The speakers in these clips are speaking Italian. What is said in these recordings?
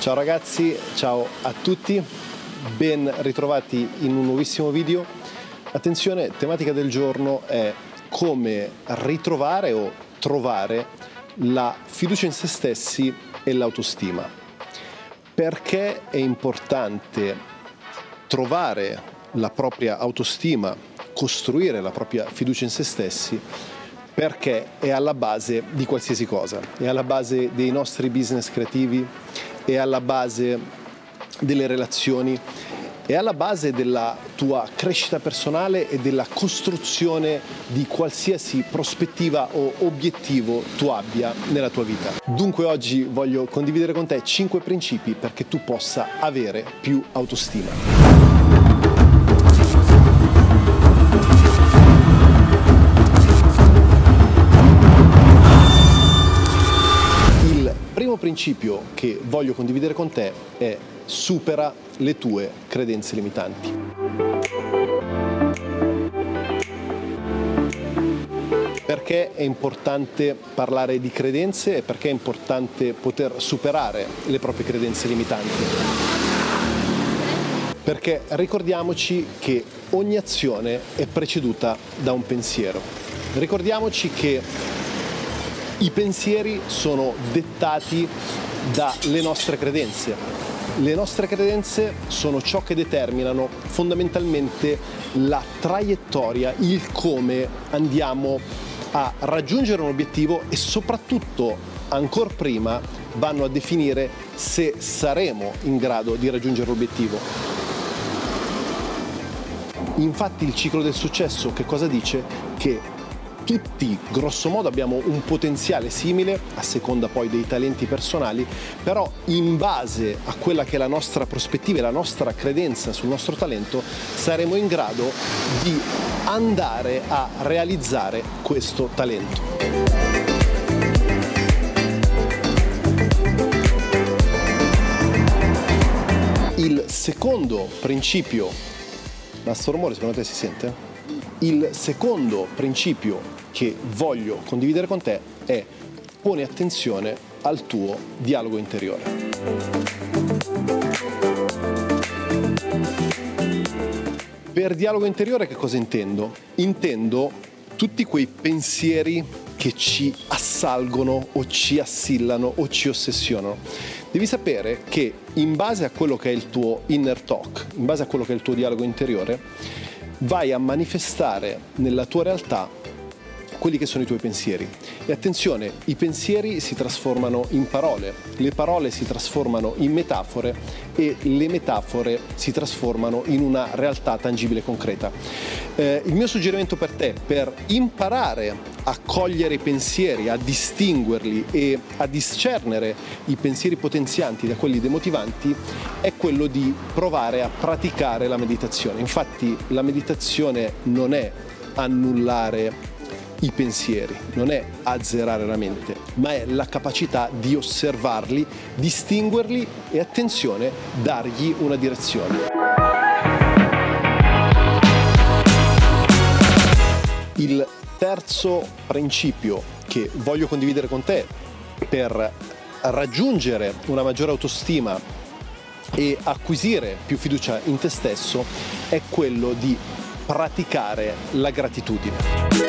Ciao ragazzi, ciao a tutti, ben ritrovati in un nuovissimo video. Attenzione, tematica del giorno è come ritrovare o trovare la fiducia in se stessi e l'autostima. Perché è importante trovare la propria autostima, costruire la propria fiducia in se stessi? Perché è alla base di qualsiasi cosa, è alla base dei nostri business creativi, è alla base delle relazioni, è alla base della tua crescita personale e della costruzione di qualsiasi prospettiva o obiettivo tu abbia nella tua vita. Dunque oggi voglio condividere con te 5 principi perché tu possa avere più autostima. Il primo principio che voglio condividere con te è: supera le tue credenze limitanti. Perché è importante parlare di credenze e perché è importante poter superare le proprie credenze limitanti? Perché ricordiamoci che ogni azione è preceduta da un pensiero. Ricordiamoci che i pensieri sono dettati dalle nostre credenze. Le nostre credenze sono ciò che determinano fondamentalmente la traiettoria, il come andiamo a raggiungere un obiettivo e soprattutto, ancor prima, vanno a definire se saremo in grado di raggiungere l'obiettivo. Infatti il ciclo del successo che cosa dice? Che tutti, grosso modo, abbiamo un potenziale simile, a seconda poi dei talenti personali, però in base a quella che è la nostra prospettiva e la nostra credenza sul nostro talento, saremo in grado di andare a realizzare questo talento. Il secondo principio, ma sto rumore secondo te si sente? Il secondo principio che voglio condividere con te è: poni attenzione al tuo dialogo interiore. Per dialogo interiore che cosa intendo? Intendo tutti quei pensieri che ci assalgono o ci assillano o ci ossessionano. Devi sapere che in base a quello che è il tuo inner talk, in base a quello che è il tuo dialogo interiore, vai a manifestare nella tua realtà quelli che sono i tuoi pensieri. E attenzione, i pensieri si trasformano in parole, le parole si trasformano in metafore e le metafore si trasformano in una realtà tangibile e concreta. Il mio suggerimento per te, per imparare a cogliere i pensieri, a distinguerli e a discernere i pensieri potenzianti da quelli demotivanti, è quello di provare a praticare la meditazione. Infatti la meditazione non è annullare i pensieri, non è azzerare la mente, ma è la capacità di osservarli, distinguerli e, attenzione, dargli una direzione. Il terzo principio che voglio condividere con te per raggiungere una maggiore autostima e acquisire più fiducia in te stesso è quello di praticare la gratitudine.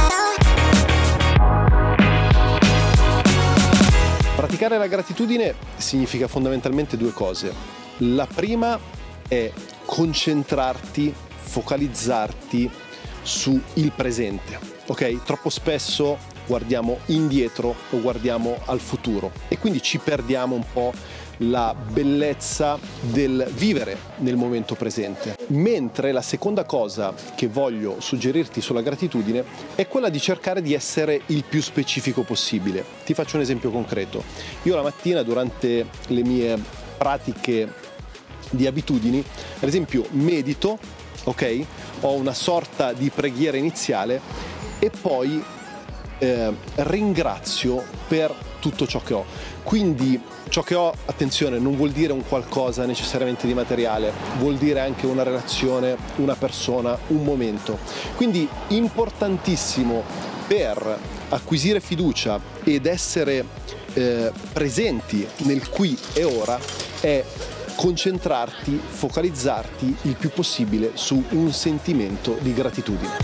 Praticare la gratitudine significa fondamentalmente due cose. La prima è concentrarti, focalizzarti sul presente, ok? Troppo spesso guardiamo indietro o guardiamo al futuro e quindi ci perdiamo un po' la bellezza del vivere nel momento presente. Mentre la seconda cosa che voglio suggerirti sulla gratitudine è quella di cercare di essere il più specifico possibile. Ti faccio un esempio concreto. Io la mattina, durante le mie pratiche di abitudini, ad esempio medito, ok? Ho una sorta di preghiera iniziale e poi ringrazio per tutto ciò che ho. Quindi ciò che ho, attenzione, non vuol dire un qualcosa necessariamente di materiale, vuol dire anche una relazione, una persona, un momento. Quindi importantissimo per acquisire fiducia ed essere presenti nel qui e ora è concentrarti, focalizzarti il più possibile su un sentimento di gratitudine.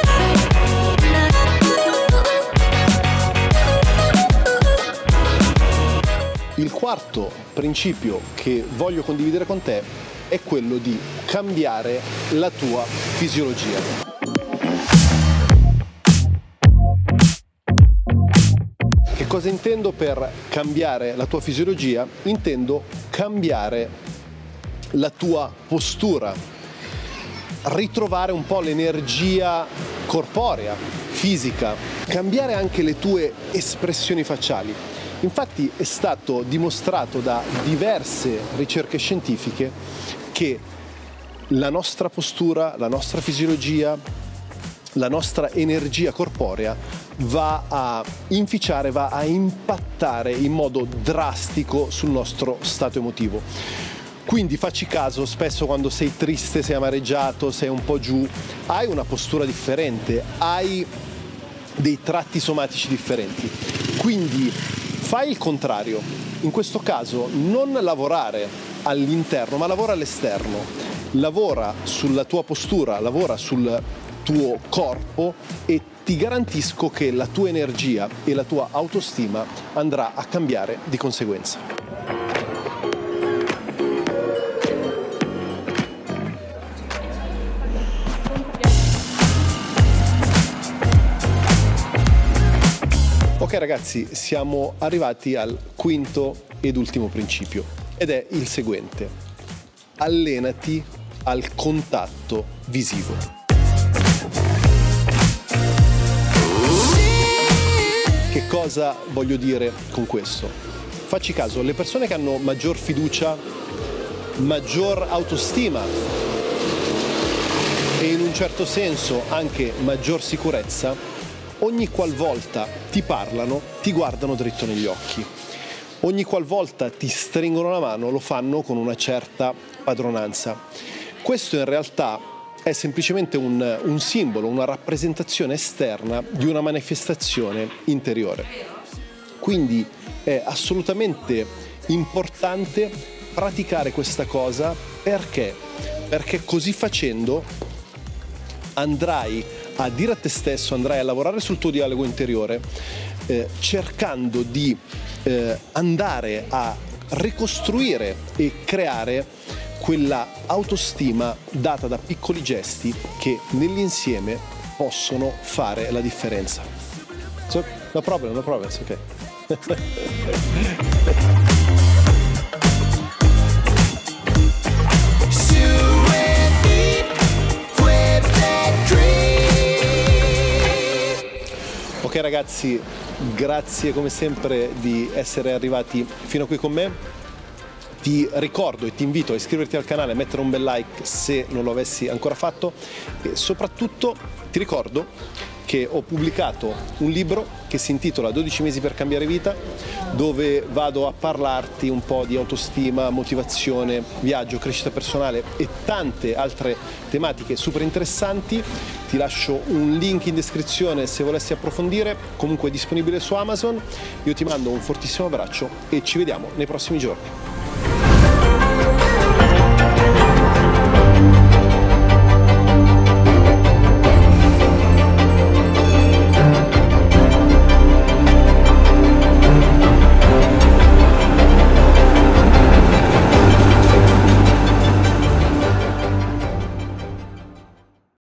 Il quarto principio che voglio condividere con te è quello di cambiare la tua fisiologia. Che cosa intendo per cambiare la tua fisiologia? Intendo cambiare la tua postura, ritrovare un po' l'energia corporea, fisica, cambiare anche le tue espressioni facciali. Infatti è stato dimostrato da diverse ricerche scientifiche che la nostra postura, la nostra fisiologia, la nostra energia corporea va a inficiare, va a impattare in modo drastico sul nostro stato emotivo. Quindi facci caso, spesso quando sei triste, sei amareggiato, sei un po' giù, hai una postura differente, hai dei tratti somatici differenti. Quindi fai il contrario. In questo caso non lavorare all'interno, ma lavora all'esterno. Lavora sulla tua postura, lavora sul tuo corpo e ti garantisco che la tua energia e la tua autostima andrà a cambiare di conseguenza. Ok ragazzi, siamo arrivati al quinto ed ultimo principio ed è il seguente: allenati al contatto visivo. Che cosa voglio dire con questo? Facci caso, le persone che hanno maggior fiducia, maggior autostima e in un certo senso anche maggior sicurezza, ogni qualvolta ti parlano, ti guardano dritto negli occhi. Ogni qualvolta ti stringono la mano, lo fanno con una certa padronanza. Questo in realtà è semplicemente un simbolo, una rappresentazione esterna di una manifestazione interiore. Quindi è assolutamente importante praticare questa cosa perché così facendo andrai a dire a te stesso, andrai a lavorare sul tuo dialogo interiore, cercando di andare a ricostruire e creare quella autostima data da piccoli gesti che nell'insieme possono fare la differenza. So, no problem, it's okay. Ok ragazzi, grazie come sempre di essere arrivati fino a qui con me. Ti ricordo e ti invito a iscriverti al canale, a mettere un bel like se non lo avessi ancora fatto e soprattutto ti ricordo che ho pubblicato un libro che si intitola 12 mesi per cambiare vita, dove vado a parlarti un po' di autostima, motivazione, viaggio, crescita personale e tante altre tematiche super interessanti. Ti lascio un link in descrizione se volessi approfondire, comunque è disponibile su Amazon. Io ti mando un fortissimo abbraccio e ci vediamo nei prossimi giorni.